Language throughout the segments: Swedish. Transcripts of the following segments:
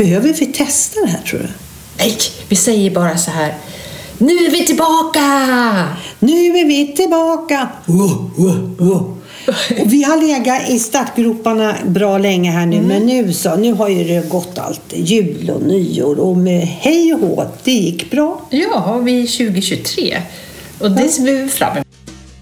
Behöver vi testa det här, tror du? Nej, vi säger bara så här. Nu är vi tillbaka! Nu är vi tillbaka! Och vi har legat i startgroparna bra länge här nu. Men nu har ju det gått allt. Jul och nyår och med hej och hå. Det gick bra. Ja, vi är 2023. Och det ser vi fram emot.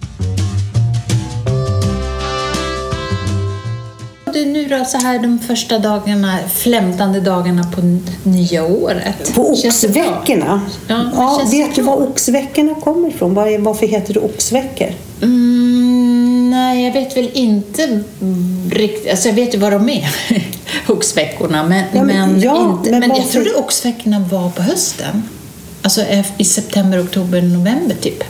Nu då så här de första dagarna, flämtande dagarna på nya året. På oxveckorna? Ja, vet du var oxveckorna kommer ifrån? Varför heter det oxveckor? Nej, jag vet väl inte riktigt. Alltså jag vet ju vad de är, oxveckorna. Men jag trodde oxveckorna var på hösten. Alltså i september, oktober, november typ.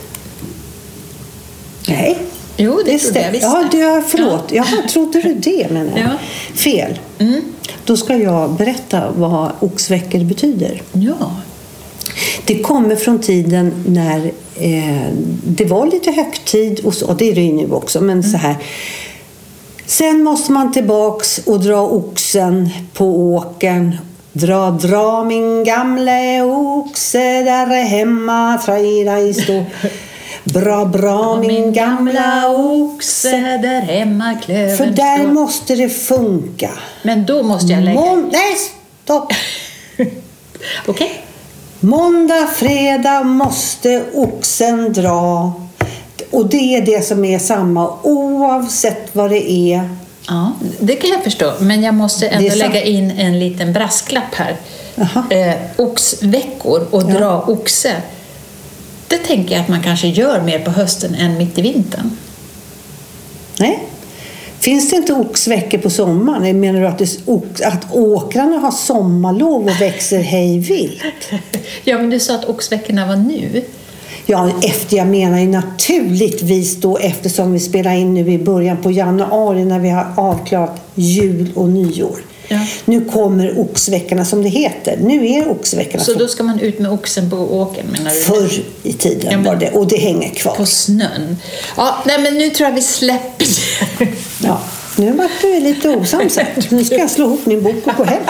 Nej. Jo, det trodde jag visst. Ja, förlåt. Ja. Trodde du det, menar jag? Ja. Fel. Då ska jag berätta vad oxveckor betyder. Ja. Det kommer från tiden när det var lite högtid och så. Det är det ju nu också, men så här. Sen måste man tillbaks och dra oxen på åkern. Dra min gamla oxe där hemma, trajda stå. Bra min gamla oxe där hemma klöven. För där måste det funka. Men då måste jag lägga... Nej, stopp! Okej. Måndag, fredag måste oxen dra. Och det är det som är samma oavsett vad det är. Ja, det kan jag förstå. Men jag måste ändå lägga in en liten brasklapp här. Oxveckor och dra oxe. Det tänker jag att man kanske gör mer på hösten än mitt i vintern. Nej. Finns det inte oxveckor på sommaren? Menar du att åkrarna har sommarlov och växer hej vilt? Ja, men du sa att oxveckorna var nu. Ja, jag menar ju naturligtvis då, eftersom vi spelar in nu i början på januari när vi har avklarat jul och nyår. Ja. Nu kommer oxveckorna som det heter. Nu är oxveckorna. Så då ska man ut med oxen på åkern, menar du? Förr i tiden var det. Och det hänger kvar. På snön. Ja, nej, men nu tror jag vi släpper det. Ja, nu var du lite osams. Nu ska jag slå ihop min bok och gå hem.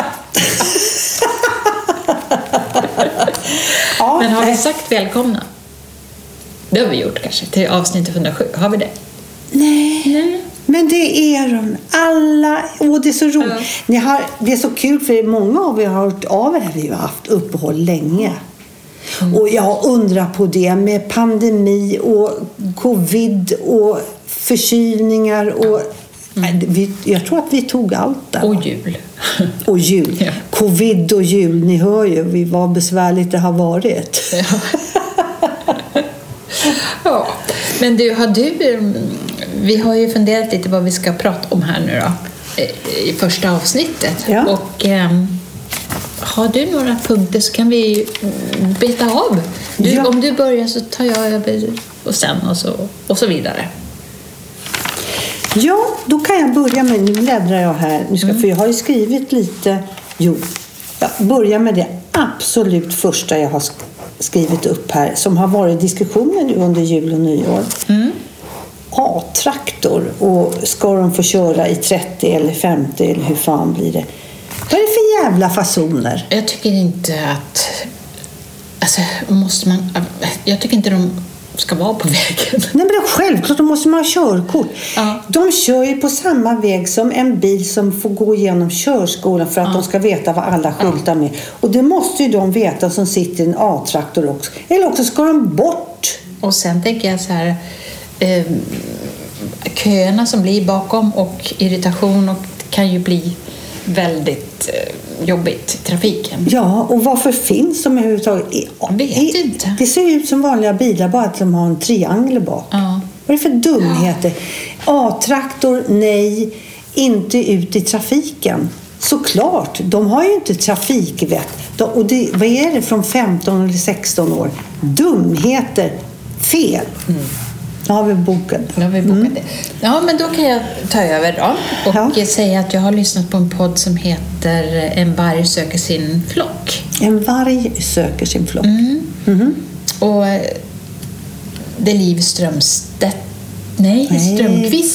Men har vi sagt välkomna? Det har vi gjort kanske. Till avsnitt 107. Har vi det? Nej. Men det är de alla, och det är så roligt. Det är så kul för många av er har hört av er. Vi har haft uppehåll länge. Och jag undrar på det med pandemi och covid och förkylningar och jag tror att vi tog allt där. Och jul. Ja. Covid och jul, ni hör ju vad besvärligt det har varit. Ja. Men vi har ju funderat lite vad vi ska prata om här nu då i första avsnittet. Ja. Och har du några punkter så kan vi beta av. Om du börjar så tar jag över och sen och så vidare. Ja, då kan jag börja med, nu bläddrar jag här, för jag har ju skrivit lite. Jag börjar med det absolut första jag har skrivit upp här, som har varit diskussioner nu under jul och nyår. A-traktor, och ska de få köra i 30 eller 50 eller hur fan blir det? Vad är det för jävla fasoner? Jag tycker inte att jag tycker inte de ska vara på vägen. Nej, men självklart, då måste man ha körkort. Ja. De kör ju på samma väg som en bil som får gå igenom körskolan för att de ska veta vad alla skyltar med. Och det måste ju de veta som sitter i en A-traktor också. Eller också ska de bort. Och sen tänker jag så här, köerna som blir bakom och irritation och kan ju bli väldigt jobbigt i trafiken. Ja, och varför finns de överhuvudtaget? Jag vet inte. Det ser ut som vanliga bilar, bara att de har en triangel bak. Ja. Vad är det för dumheter? A-traktor, nej, inte ut i trafiken. Såklart, de har ju inte trafikvett. Och vad är det från 15 eller 16 år? Dumheter, fel. Nu har vi bokat. Det. Ja, men då kan jag ta över då. Och säga att jag har lyssnat på en podd som heter En varg söker sin flock. En varg söker sin flock. Och det är Liv Strömqvist.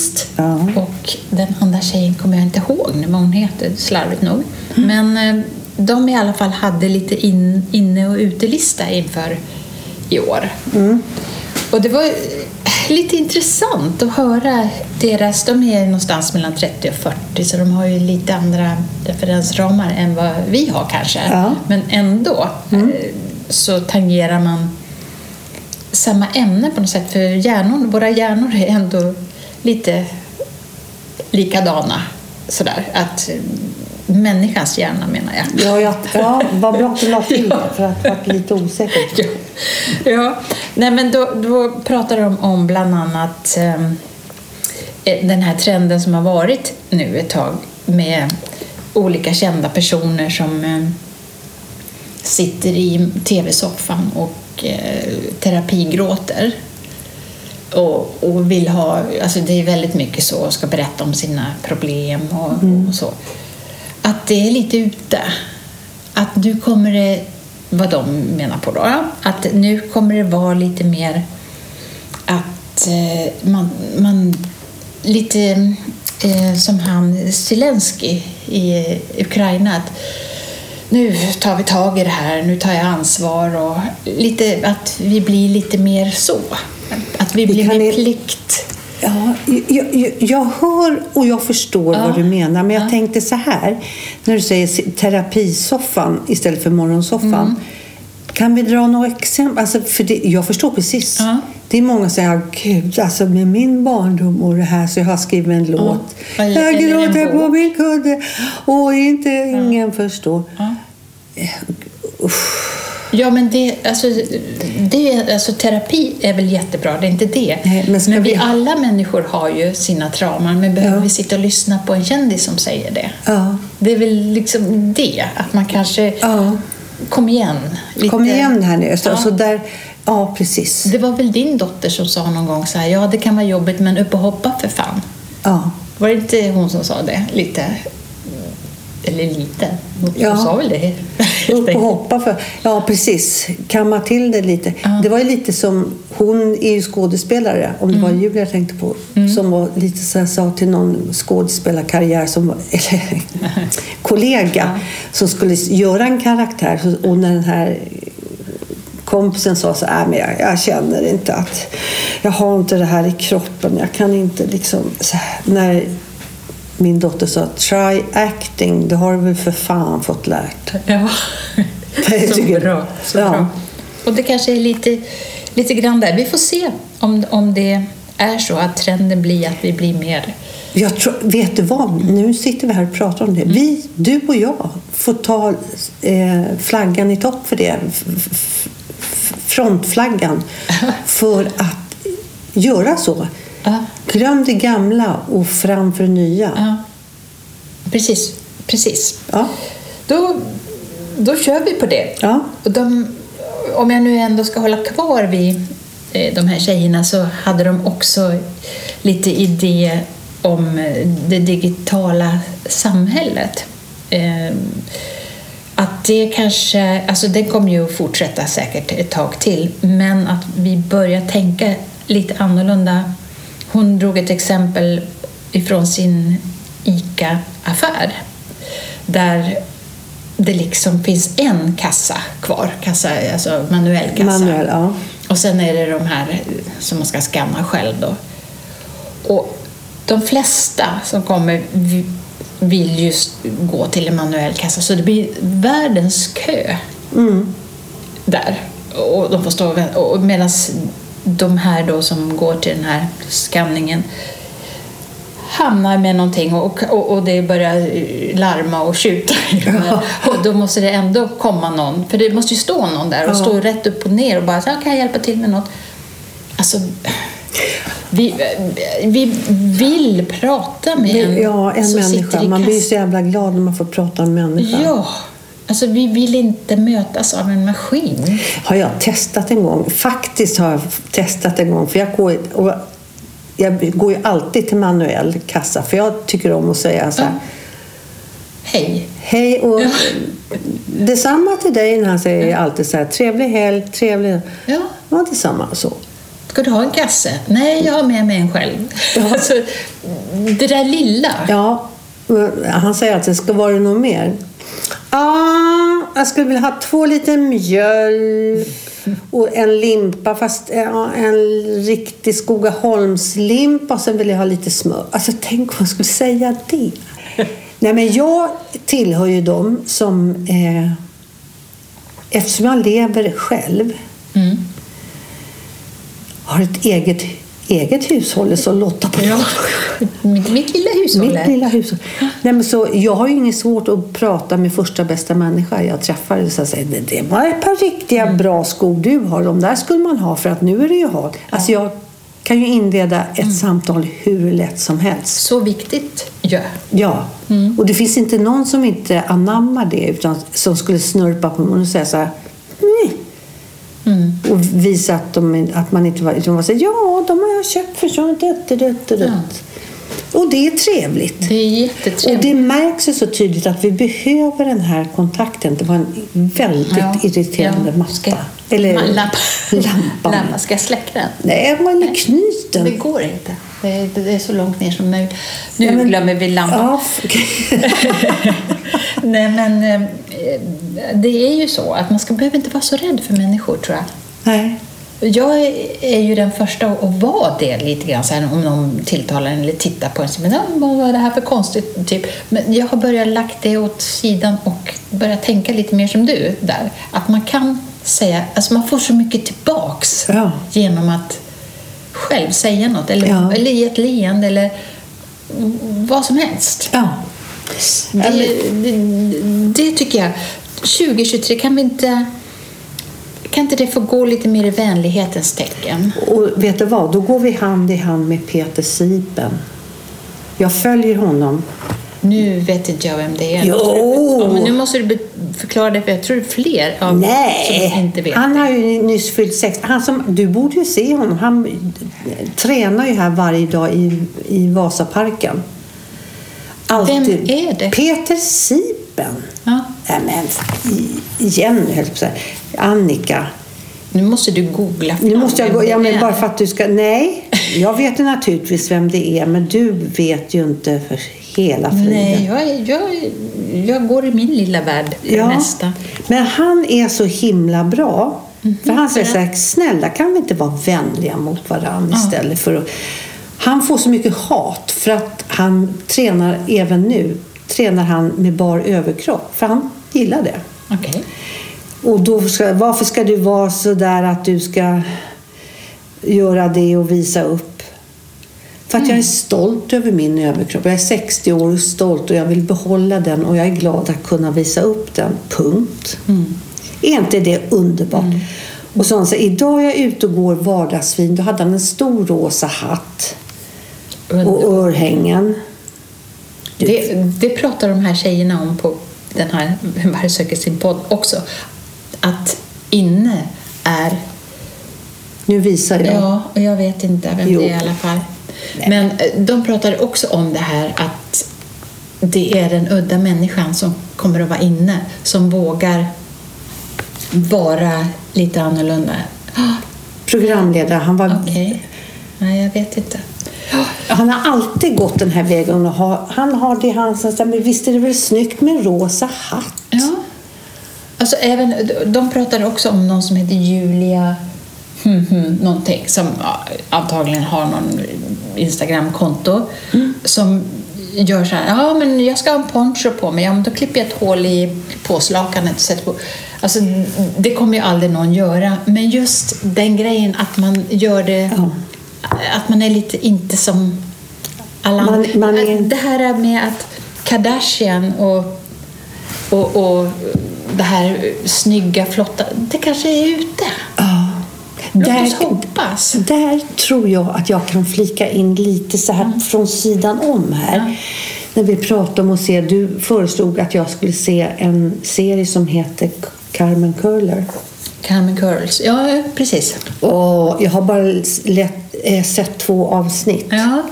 Och den andra tjejen kommer jag inte ihåg vad hon heter, slarvigt nog. Men de i alla fall hade lite inne- och utelista inför i år. Och det var lite intressant att höra deras, de är någonstans mellan 30 och 40, så de har ju lite andra referensramar än vad vi har kanske. Ja. Men ändå så tangerar man samma ämne på något sätt, för våra hjärnor är ändå lite likadana sådär, att människans hjärna menar jag. Ja, vad bra att du la till det, för att vara lite osäker. Ja. Nej, men då pratar de om bland annat den här trenden som har varit nu ett tag med olika kända personer som sitter i tv-soffan och terapigråter. Och vill ha, alltså det är väldigt mycket så, ska berätta om sina problem och så. Att det är lite ute. Att nu kommer det, vad de menar på då, att nu kommer det vara lite mer att man lite som han Zelensky i Ukraina, att nu tar vi tag i det här, nu tar jag ansvar, och lite att vi blir lite mer så. Att vi blir mer plikt. Ja, jag hör och jag förstår vad du menar, men jag tänkte så här, när du säger terapisoffan istället för morgonsoffan, kan vi dra några exempel? Alltså, för jag förstår precis. Det är många som säger, gud, alltså med min barndom och det här, så jag har skrivit en låt. Jag gråter på min kudde och ingen förstår. Ja, men alltså terapi är väl jättebra, det är inte det. Nej, men vi alla människor har ju sina trauman, men behöver vi sitta och lyssna på en kändis som säger det? Ja. Det är väl liksom det, att man kanske kom igen här nu. Så där, ja, precis. Det var väl din dotter som sa någon gång så här, ja, det kan vara jobbigt, men upp och hoppa för fan. Ja. Var det inte hon som sa det? Lite. Hon sa väl det. Upp och hoppa för. Ja, precis. Kamma till det lite. Det var ju lite som, hon är ju skådespelare, om det var Julia jag tänkte på, som var lite så här, sa till någon skådespelarkarriär som var, eller kollega som skulle göra en karaktär, och när den här kompisen sa så här, men jag känner inte att jag har inte det här i kroppen, jag kan inte liksom så här, när min dotter sa, try acting, det har du väl för fan fått lärt. Ja, så bra. Bra. Och det kanske är lite grann där. Vi får se om det är så att trenden blir att vi blir mer. Jag tror, vet du vad? Nu sitter vi här och pratar om det. Du och jag får ta flaggan i topp för det. Frontflaggan. För att göra så. Glöm det gamla och framför det nya. Ja. Precis. Ja. Då kör vi på det. Ja. Och om jag nu ändå ska hålla kvar vid de här tjejerna, så hade de också lite idé om det digitala samhället. Att det kanske, alltså det kommer ju att fortsätta säkert ett tag till, men att vi börjar tänka lite annorlunda. Hon drog ett exempel ifrån sin ICA-affär där det liksom finns en kassa kvar, alltså manuell kassa. Och sen är det de här som man ska scanna själv då. Och de flesta som kommer vill just gå till en manuell kassa, så det blir världens kö där. Och de får stå och medan de här då som går till den här skanningen hamnar med någonting och det börjar larma och tjuta. Och då måste det ändå komma någon, för det måste ju stå någon där och stå rätt upp och ner och bara så här, kan jag hjälpa till med något? Alltså vi vill prata med en människa. Man blir så jävla glad när man får prata med en människa. Ja. Alltså vi vill inte mötas av en maskin. Har jag testat en gång? Faktiskt har jag testat en gång. För jag går ju alltid till manuell kassa. För jag tycker om att säga så här. Hej och detsamma till dig när han säger alltid så här. Trevlig helg, trevlig. Ja, detsamma så. Ska du ha en kasse? Nej, jag har med mig en själv. Ja. Alltså, det där lilla. Ja, han säger att det ska vara något mer. jag skulle vilja ha 2 liter mjölk och en limpa, fast en riktig Skogaholmslimpa, och sen vill jag ha lite smör. Alltså tänk om jag skulle säga det. Nej, men jag tillhör ju dem som eftersom jag lever själv har ett eget hushåll, så Lotta på. Ja, mitt lilla hushåll. Mitt lilla hushåll. Nej, men så jag har ju inget svårt att prata med första bästa människa jag träffar. Så säger det var ett par riktiga bra skor du har. De där skulle man ha, för att nu är det ju halt. Alltså jag kan ju inleda ett samtal hur lätt som helst. Så viktigt. Ja. Och det finns inte någon som inte anammar det, utan som skulle snurpa på munnen och säga så här. Och visa att man inte var... De var så här, ja, de har jag köpt för så dött. Och det är trevligt. Det är jättetrevligt. Och det märks ju så tydligt att vi behöver den här kontakten. Det var en väldigt irriterande matta. Eller lampa. Ska jag släcka den? Nej, man är knuten. Det går inte. Det är så långt ner som möjligt. Nu glömmer vi lampan. Ja, okay. Nej, men det är ju så att man behöver inte vara så rädd för människor, tror jag. Nej. Jag är ju den första att vara det lite grann, så här, om någon tilltalar en eller tittar på en. Men vad är det här för konstigt? Typ. Men jag har börjat lagt det åt sidan och börjat tänka lite mer som du där. Att man kan säga, alltså man får så mycket tillbaks genom att själv säga något. Eller i ett leende eller vad som helst. Ja. Det tycker jag. 2023 kan inte det få gå lite mer i vänlighetens tecken? Och vet du vad? Då går vi hand i hand med Peter Sipen. Jag följer honom. Nu vet inte jag vem det är. Jo! Men nu måste du förklara det, för jag tror det är fler som inte vet. Han har ju nyss fyllt 6. Du borde ju se honom. Han tränar ju här varje dag i Vasaparken. Alltid. Vem är det? Peter Sipen. Ja. Men igen, höll jag på att säga. Annika. Nu måste du googla. Nu måste jag gå. Ja, men bara för att du ska. Nej, jag vet ju naturligtvis vem det är, men du vet ju inte för hela friden. Nej, jag går i min lilla värld nästa. Men han är så himla bra. För han säger så här, snälla, kan vi inte vara vänliga mot varandra istället för att... Han får så mycket hat för att han tränar, även nu tränar han med bar överkropp, för han gillar det. Okej. Och då varför ska du vara så där att du ska göra det och visa upp? För att jag är stolt över min överkropp. Jag är 60 år och stolt, och jag vill behålla den, och jag är glad att kunna visa upp den. Punkt. Är inte det underbart? Och så idag är jag ute och går vardagsvin. Då hade han en stor rosa hatt och örhängen. Det pratar de här tjejerna om på den här Varje söker sin podd också. Att inne är... Nu visar jag. Ja, och jag vet inte vem det är i alla fall. Nej. Men de pratar också om det här att det är den udda människan som kommer att vara inne, som vågar vara lite annorlunda. Programledare, han var... Okej. Nej, jag vet inte. Han har alltid gått den här vägen. Han har det han säger, men visst är det väl snyggt med en rosa hatt? Ja. Alltså de pratar också om någon som heter Julia någonting, som antagligen har någon Instagram-konto som gör så här, ja men jag ska ha en poncho på mig, ja men då klipper jag ett hål i påslakanet och sätter på. Alltså det kommer ju aldrig någon göra, men just den grejen att man gör det, att man är lite inte som alla andra. Det här med att Kardashian och det här snygga, flotta, det kanske är ute. Låt oss hoppas. Där tror jag att jag kan flika in lite så här från sidan om här. Ja. När vi pratade om att se, du föreslog att jag skulle se en serie som heter Carmen Curler. Carmen Curls, ja precis. Och jag har bara sett 2 avsnitt.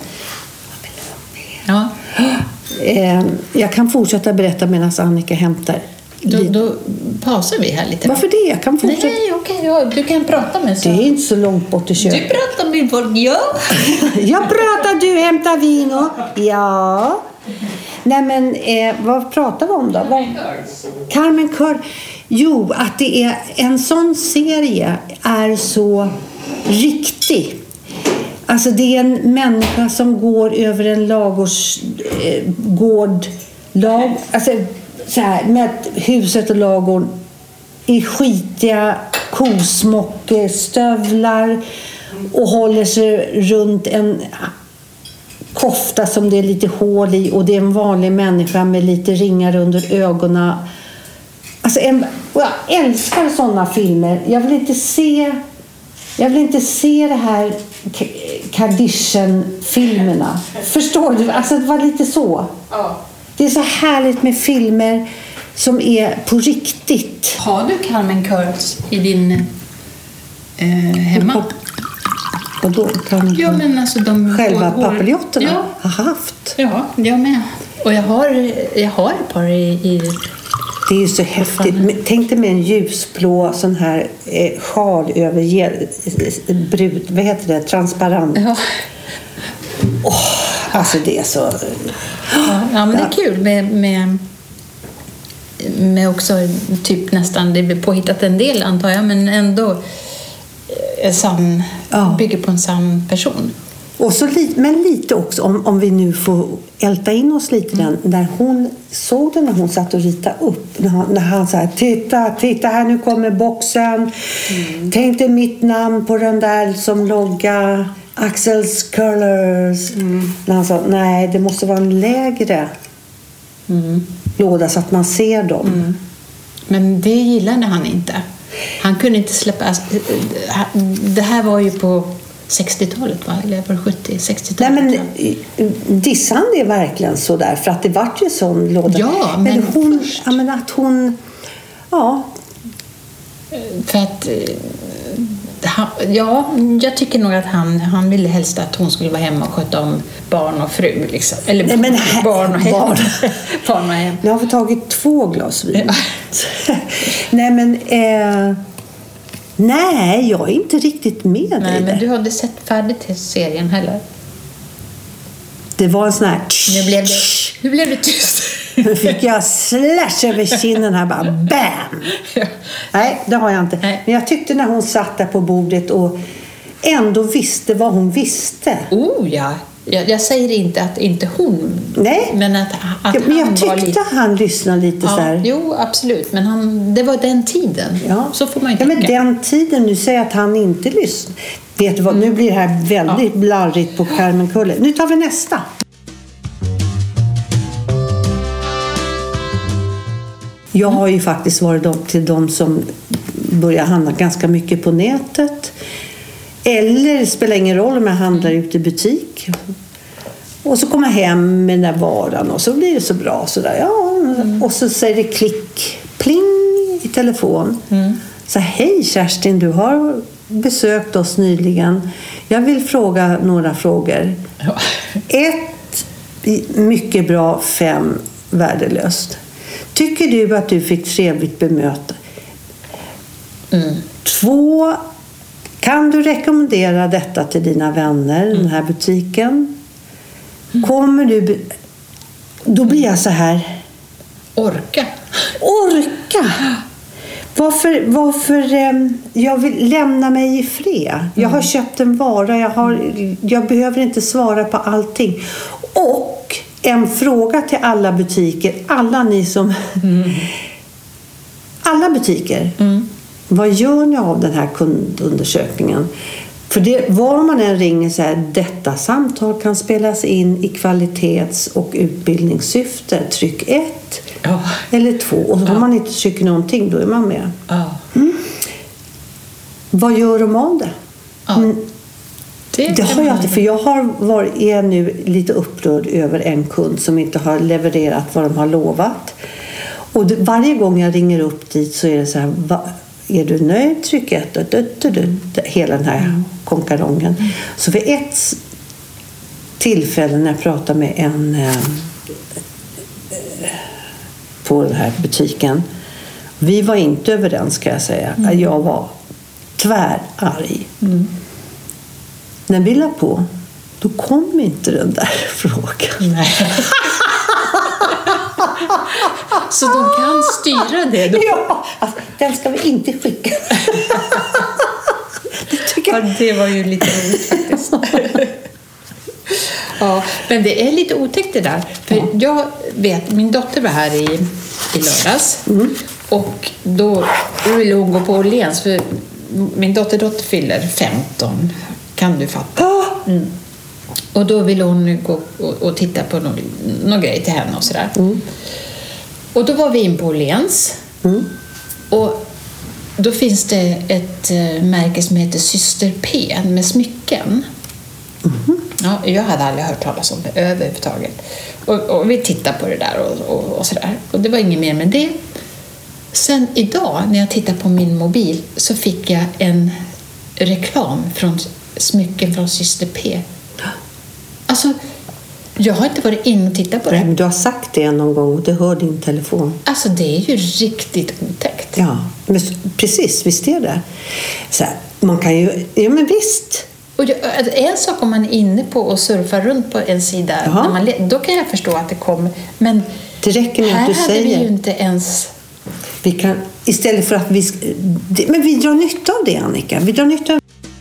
Ja. Jag kan fortsätta berätta medan Annika hämtar. Då pausar vi här lite. Varför det? Jag kan fortsätta. Nej, okej. Du kan prata med så. Det är inte så långt bort i köket. Du pratar med folk, ja. Jag pratar, du hämtar vino. Ja. Nej, men vad pratar vi om då? Carmen Curl. Jo, att det är en sån serie är så riktig. Alltså det är en människa som går över en alltså så här, med huset och ladugården i skitiga kosmockestövlar och håller sig runt en kofta som det är lite hål i, och det är en vanlig människa med lite ringar under ögonen. Alltså och jag älskar sådana filmer. Jag vill inte se det här Kardashian-filmerna. Förstår du? Alltså det var lite så. Ja. Det är så härligt med filmer som är på riktigt. Har du Carmen Kurtz i din hemma? Vadå? Ja, men alltså själva papiljoterna har haft. Ja, jag med. Och jag har ett par i det är ju så häftigt. Tänk dig med en ljusblå sån här sjal över vad heter det? Transparent. Ja. Alltså det är så... Ja, men det är kul med också typ nästan, det blir påhittat en del antar jag, men ändå bygger på en sann person. Och så men lite också, om vi nu får älta in oss lite när hon såg den, när hon satt och ritade upp, när han sa titta här, nu kommer boxen, tänk dig mitt namn på den där som logga Axels Colors. När han sa nej, det måste vara en lägre låda så att man ser dem. Men det gillade han inte. Han kunde inte släppa. Det här var ju på 60-talet, va? Eller var det 60-talet? Nej, men dissan är verkligen så där, för att det vart ju sån låda. Ja, men hon för att jag tycker nog att han ville helst att hon skulle vara hemma och sköta om barn och fru liksom. Eller barn och hem. Barn och hem. Jag har fått tagit 2 glas vin. Nej, men nej, jag är inte riktigt med dig. Nej, men du hade sett färdigt till serien heller. Det var en sån här... Nu blev det tyst. Nu fick jag slash över kinden här, bara bam! Ja. Nej, det har jag inte. Nej. Men jag tyckte när hon satt där på bordet och ändå visste vad hon visste. Ja. Jag säger inte att inte hon... Nej, men att men jag tyckte han lyssnade lite så här. Jo, absolut. Men det var den tiden. Ja. Så får man ju tänka. Men den tiden, nu säger att han inte lyssnar. Vet du vad, nu blir det här väldigt blarrigt på Carmen Kulle. Nu tar vi nästa. Jag har ju faktiskt varit till de som börjar handla ganska mycket på nätet. Eller det spelar ingen roll om jag handlar ute i butik. Och så kommer jag hem med den där varan och så blir det så bra. Så där. Och så säger det klick, pling i telefon. Så hej Kerstin, du har besökt oss nyligen. Jag vill fråga några frågor. 1, mycket bra. 5, värdelöst. Tycker du att du fick trevligt bemöta? 2, kan du rekommendera detta till dina vänner, den här butiken? Kommer du... Då blir jag så här... Orka! Varför jag vill lämna mig i fred. Jag har köpt en vara. Jag behöver inte svara på allting. Och en fråga till alla butiker. Alla ni som... Alla butiker. Vad gör ni av den här kundundersökningen? För det, var man än ringer så här, detta samtal kan spelas in i kvalitets- och utbildningssyfte. Tryck 1 eller 2. Och om man inte trycker någonting, då är man med. Vad gör de av det? Det har jag inte, för jag är nu lite upprörd över en kund som inte har levererat vad de har lovat. Och varje gång jag ringer upp dit så är det så här... Är du nöjd? Tryck 1. Hela den här konkarongen. Så vid ett tillfälle när jag pratade med en på den här butiken. Vi var inte överens, ska jag säga. Jag var tvärarg. När vi la på, då kom inte den där frågan. Nej. Så de kan styra det då? Ja, alltså, den ska vi inte skicka. Det var ju lite roligt faktiskt. Ja, men det är lite otäckt det där. För jag vet, min dotter var här i lördags. Och då ville hon gå på Åhléns. För min dotter fyller 15. Kan du fatta? Och då ville hon gå och titta på någon grej till henne och sådär. Och då var vi in på Åhléns. Och då finns det ett märke som heter Syster P med smycken. Ja, jag hade aldrig hört talas om det överhuvudtaget. Och vi tittade på det där och sådär. Och det var inget mer med det. Sen idag när jag tittade på min mobil så fick jag en reklam från smycken från Syster P. Alltså, jag har inte varit in och tittat på det. Nej, men du har sagt det någon gång och du hör din telefon. Alltså, det är ju riktigt otäckt. Ja, men precis, visst är det. Så här, man kan ju, ja men visst. Och en sak om man är inne på och surfar runt på en sida, då kan jag förstå att det kommer. Men det räcker med att du säger. Här hade vi ju inte ens... Vi kan, istället för att men vi drar nytta av det, Annika. Vi drar nytta av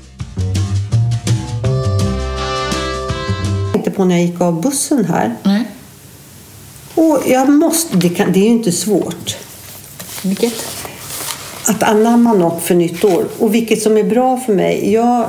inte på när jag gick av bussen här. Nej. Och jag måste, det är ju inte svårt. Vilket? Att anamma något för nytt år. Och vilket som är bra för mig. Jag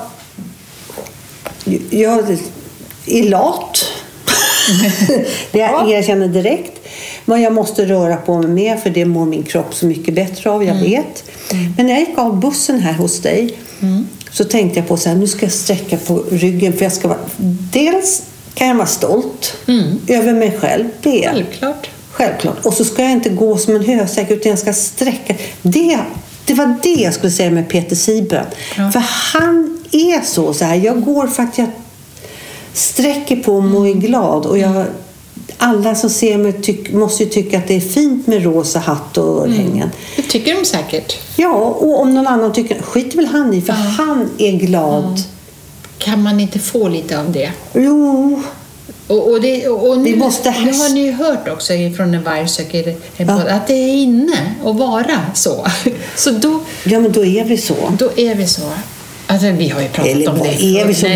är lat. Det jag erkänner direkt. Men jag måste röra på mig mer, för det mår min kropp så mycket bättre av, jag vet. Men när jag gick av bussen här hos dig så tänkte jag på så här, nu ska jag sträcka på ryggen, för jag ska vara, dels kan jag vara stolt över mig själv. Det är självklart. Och så ska jag inte gå som en hösäck, utan jag ska sträcka. Det var det jag skulle säga med Peter Sieben. Ja. För han är så här. Jag går för att jag sträcker på mig och är glad. Och alla som ser mig måste ju tycka att det är fint med rosa hatt och örhängen. Det tycker de säkert. Ja, och om någon annan tycker, skit väl han i, för han är glad. Kan man inte få lite av det? Jo. Och nu, måste nu har ni ju hört också från en vargsökare att det är inne att vara så. Så då... Ja, men då är vi så. Alltså, vi har ju pratat om det.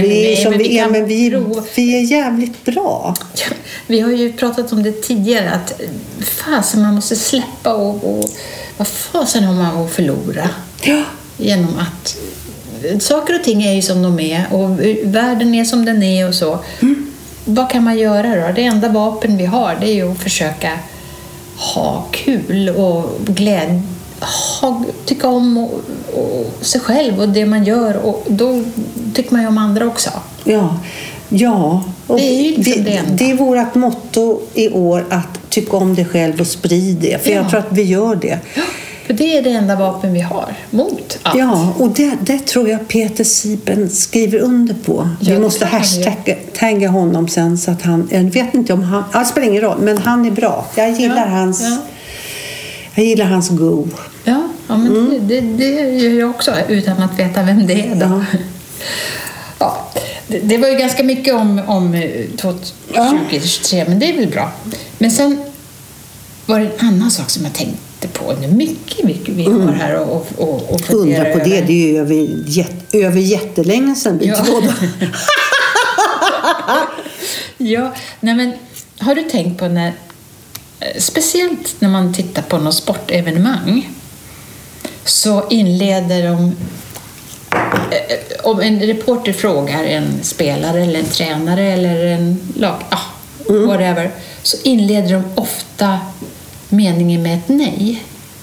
Vi är jävligt bra. Ja, vi har ju pratat om det tidigare, att fasen man måste släppa och vad fasen har man att förlora. Ja. Genom att saker och ting är ju som de är och världen är som den är och så. Vad kan man göra då? Det enda vapen vi har, det är ju att försöka ha kul och glädje, tycka om och sig själv och det man gör, och då tycker man ju om andra också. Ja. Och det är ju liksom det är vårt motto i år, att tycka om dig själv och sprida det. För jag tror att vi gör det. Ja, för det är det enda vapen vi har mot allt. Ja, och det tror jag Peter Sieben skriver under på. Vi måste hashtagga honom sen, så att han... Jag vet inte om han... Det spelar ingen roll, men han är bra. Jag gillar hans... Ja. Jag gillar hans go. Ja, men det gör jag också, utan att veta vem det är då. Ja, det var ju ganska mycket om 2023, men det är väl bra. Men sen var det en annan sak som jag tänkte på. Det är mycket vi har här och fundera undra på det. Det är ju över jättelänge sedan vi trodde. Ja, nej men har du tänkt på när, speciellt när man tittar på något sportevenemang, så inleder de, om en reporter frågar en spelare eller en tränare eller en whatever, så inleder de ofta meningen med ett nej.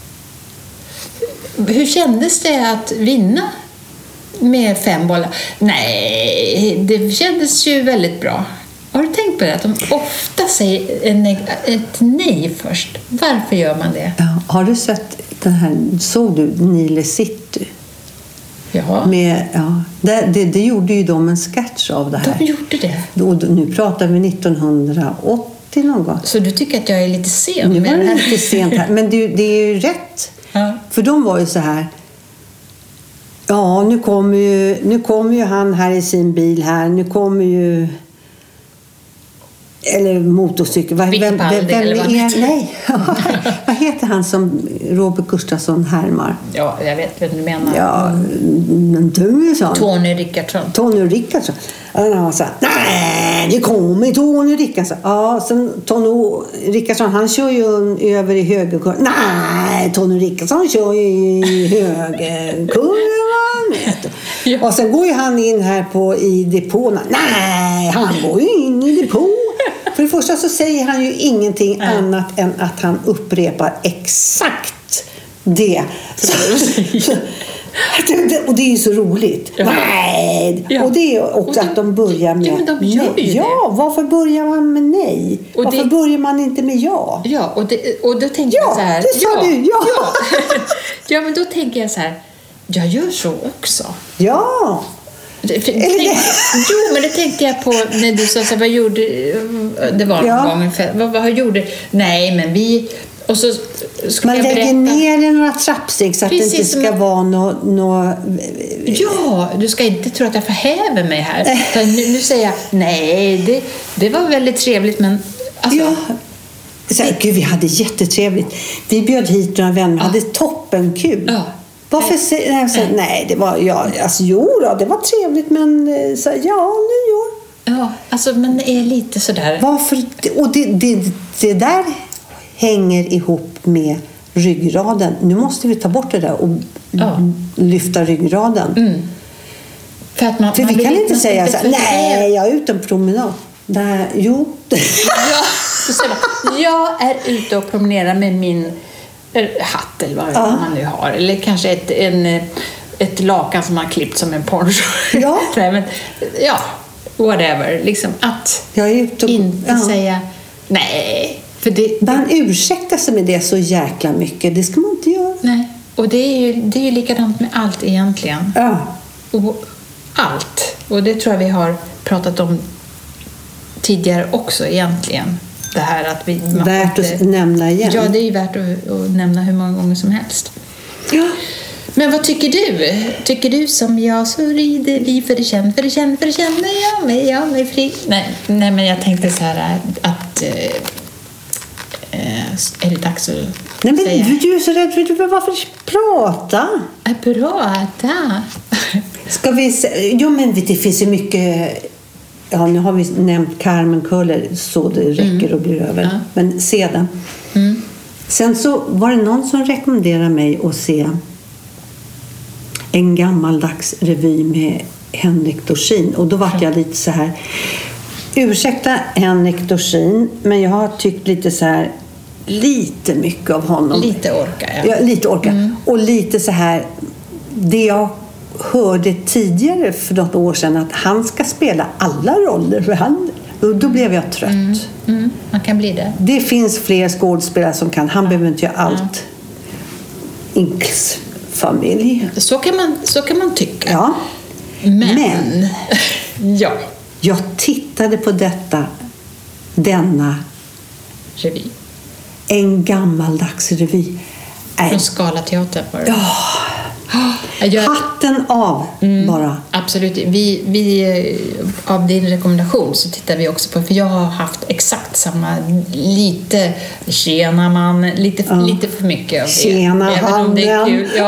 Hur kändes det att vinna med 5 bollar? Nej, det kändes ju väldigt bra. Har du tänkt på det? Att de ofta säger ett nej först. Varför gör man det? Ja, har du sett den här, såg du Nile City? Ja. Det gjorde ju de en sketch av det här. De gjorde det? Nu pratar vi 1980 någon gång. Så du tycker att jag är lite sen med det här? Lite sent här. Men det är ju rätt. Ja. För de var ju så här... Ja, nu kommer ju han här i sin bil här. Nu kommer ju... Eller motorcykel. Vem är... Nej. Vad heter han som Robert Gustafsson härmar? Ja, jag vet vad du menar. Ja, Tony Rickardsson. Tony Rickardsson. Han sa, nej, det kommer Tony Rickardsson. Ja, sen Tony Rickardsson, han kör ju över i högerkurvan. Nej, Tony Rickardsson kör ju i högerkurvan. Ja. Och sen går ju han in här i depån. Nej, han går ju in i depån. För det första så säger han ju ingenting annat än att han upprepar exakt det. Och det är ju så roligt. Nej. Ja. Och det är också att de börjar med men de gör ju det. Varför börjar man med nej? Och varför börjar man inte med ja? Ja, och då tänker jag så här. Det sa du. Ja, men då tänker jag så här. Jag gör så också. Ja. Jo, men det tänkte jag på när du sa så här, vad gjorde det var någon gång vad gjorde? Nej, men vi och så man lägger ner några trappsteg så att det inte ska vara något. Ja, du ska inte tro att jag förhäver mig här. Nu säger jag nej, det var väldigt trevligt, men alltså, ja. Gud, vi hade jättetrevligt. Vi bjöd hit några vänner, hade toppenkul. Ja. Varför nej, det var det var trevligt, men så nyår. Ja, alltså men det är lite sådär. Varför? Och det där hänger ihop med ryggraden. Nu måste vi ta bort det där och lyfta ryggraden. Mm. För vi kan inte säga så här, nej, jag är ute en promenad. Där, jo. Ja, så säger man, jag är ute och promenerar med min hatt eller vad man nu har. Eller kanske ett lakan som man har klippt som en poncho. Ja. Nej, men, whatever. Liksom att jag är ute och, inte säga nej. För man ursäktar sig med det så jäkla mycket. Det ska man inte göra. Nej. Och det är ju likadant med allt egentligen. Ja. Och allt. Och det tror jag vi har pratat om tidigare också egentligen. Det här att vi... Värt att nämna igen. Ja, det är ju värt att nämna hur många gånger som helst. Ja. Men vad tycker du? Tycker du som jag så rider liv för det känner jag mig fri? Nej, men jag tänkte så här att är det dags att nej, men säga? Du är så rädd. Varför prata? Prata? Ska vi jo, men det finns ju mycket. Ja, nu har vi nämnt Carmen Köhler så det räcker och blir över. Ja. Men sedan. Sen så var det någon som rekommenderade mig att se en gammaldags revy med Henrik Dorsin. Och då var jag lite så här. Ursäkta Henrik Dorsin, men jag har tyckt lite så här. Lite mycket av honom. Lite orkar jag. Ja, lite orkar. Och lite så här. Det jag hörde tidigare för något år sedan att han ska spela alla roller för han. Då blev jag trött. Man kan bli det. Det finns fler skådespelare som kan. Han behöver inte göra allt. Inks familj. Så kan man tycka. Ja. Men ja. Jag tittade på denna revy. En gammaldags revy. Från Scalateatern var det. Ja. Hatten av bara. Absolut. Vi av din rekommendation så tittar vi också på, för jag har haft exakt samma lite tjena man, lite för mycket av det. Tjena även handen. Om det är kul. Ja.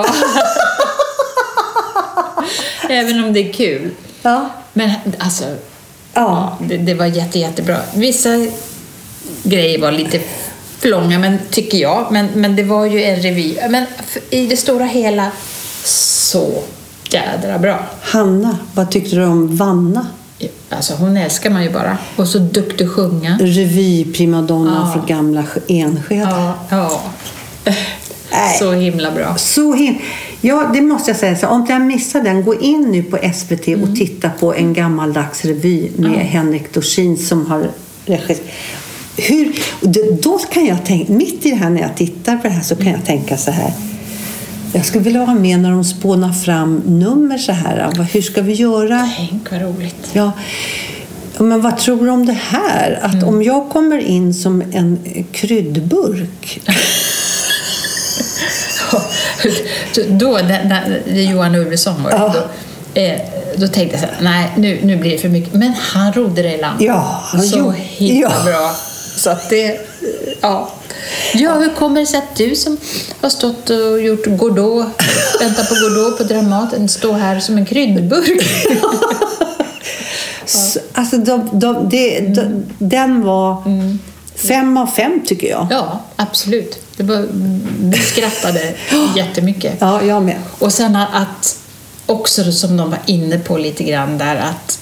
Även om det är kul. Ja. Men alltså det var jättebra. Vissa grejer var lite för långa, men tycker jag. Men det var ju en revy. Men i det stora hela så jädra bra. Hanna, vad tyckte du om Vanna? Alltså hon älskar man ju bara. Och så duktig sjunga. Revy primadonna från gamla Enskede. Ja. Så himla bra. Ja, det måste jag säga. Så om jag missar den, gå in nu på SVT och titta på en gammaldags revy med Henrik Dorsin som har regisserat. Då kan jag tänka, mitt i det här när jag tittar på det här så kan jag tänka så här. Jag skulle vilja vara med när de spånar fram nummer så här. Hur ska vi göra? Tänk vad roligt. Ja. Men vad tror du om det här? Att om jag kommer in som en kryddburk. Då, när Johan Ulveson var det, då tänkte jag så här, nej, nu blir det för mycket. Men han rodde det i land. Ja, så himla bra. Så att det, ja. Ja, hur kommer det sig att du som har stått och gjort Godot, väntat på Godot på Dramaten, står här som en kryddburk? Alltså, den var 5 av 5 tycker jag. Ja, absolut. Vi skrattade jättemycket. Ja, jag med. Och sen att också som de var inne på lite grann där, att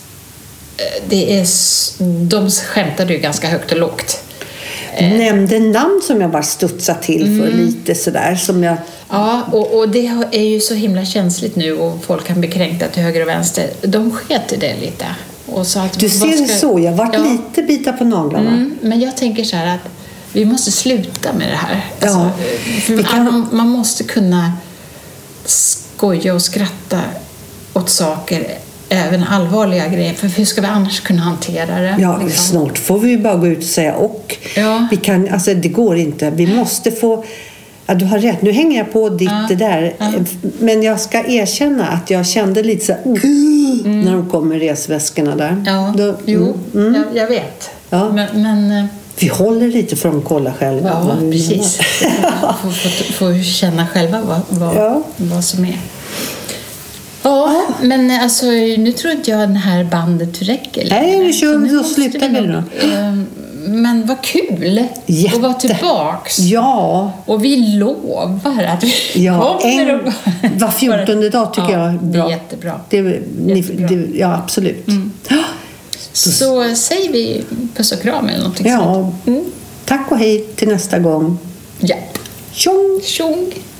de skämtade ju ganska högt och lågt. Nämnde namn som jag bara studsade till för lite sådär. Som jag... Ja, och det är ju så himla känsligt nu och folk kan bli kränkta till höger och vänster. De sket i det lite. Och så att du ser så, jag har varit lite bita på naglarna. Men jag tänker så här att vi måste sluta med det här. Ja, alltså, man måste kunna skoja och skratta åt saker, även allvarliga grejer. För hur ska vi annars kunna hantera det? Ja, snart får vi bara gå ut och säga vi kan, alltså det går inte. Vi måste få... Ja, du har rätt. Nu hänger jag på det där. Ja. Men jag ska erkänna att jag kände lite så här, när de kom med resväskorna där. Ja, jag vet. Ja. Men vi håller lite för att kolla själva. Ja, precis. Får känna själva vad som är. Ja, men alltså, nu tror inte jag den här bandet räcker. Nej, nu kör vi och slutar vi då. Men vad kul att vara tillbaks. Ja. Och vi lovar att vi kommer var 14:e dag tycker jag är bra. Det är jättebra. Ja, absolut. Så säger vi puss och kram eller någonting sånt. Tack och hej till nästa gång. Ja. Tjong! Tjong!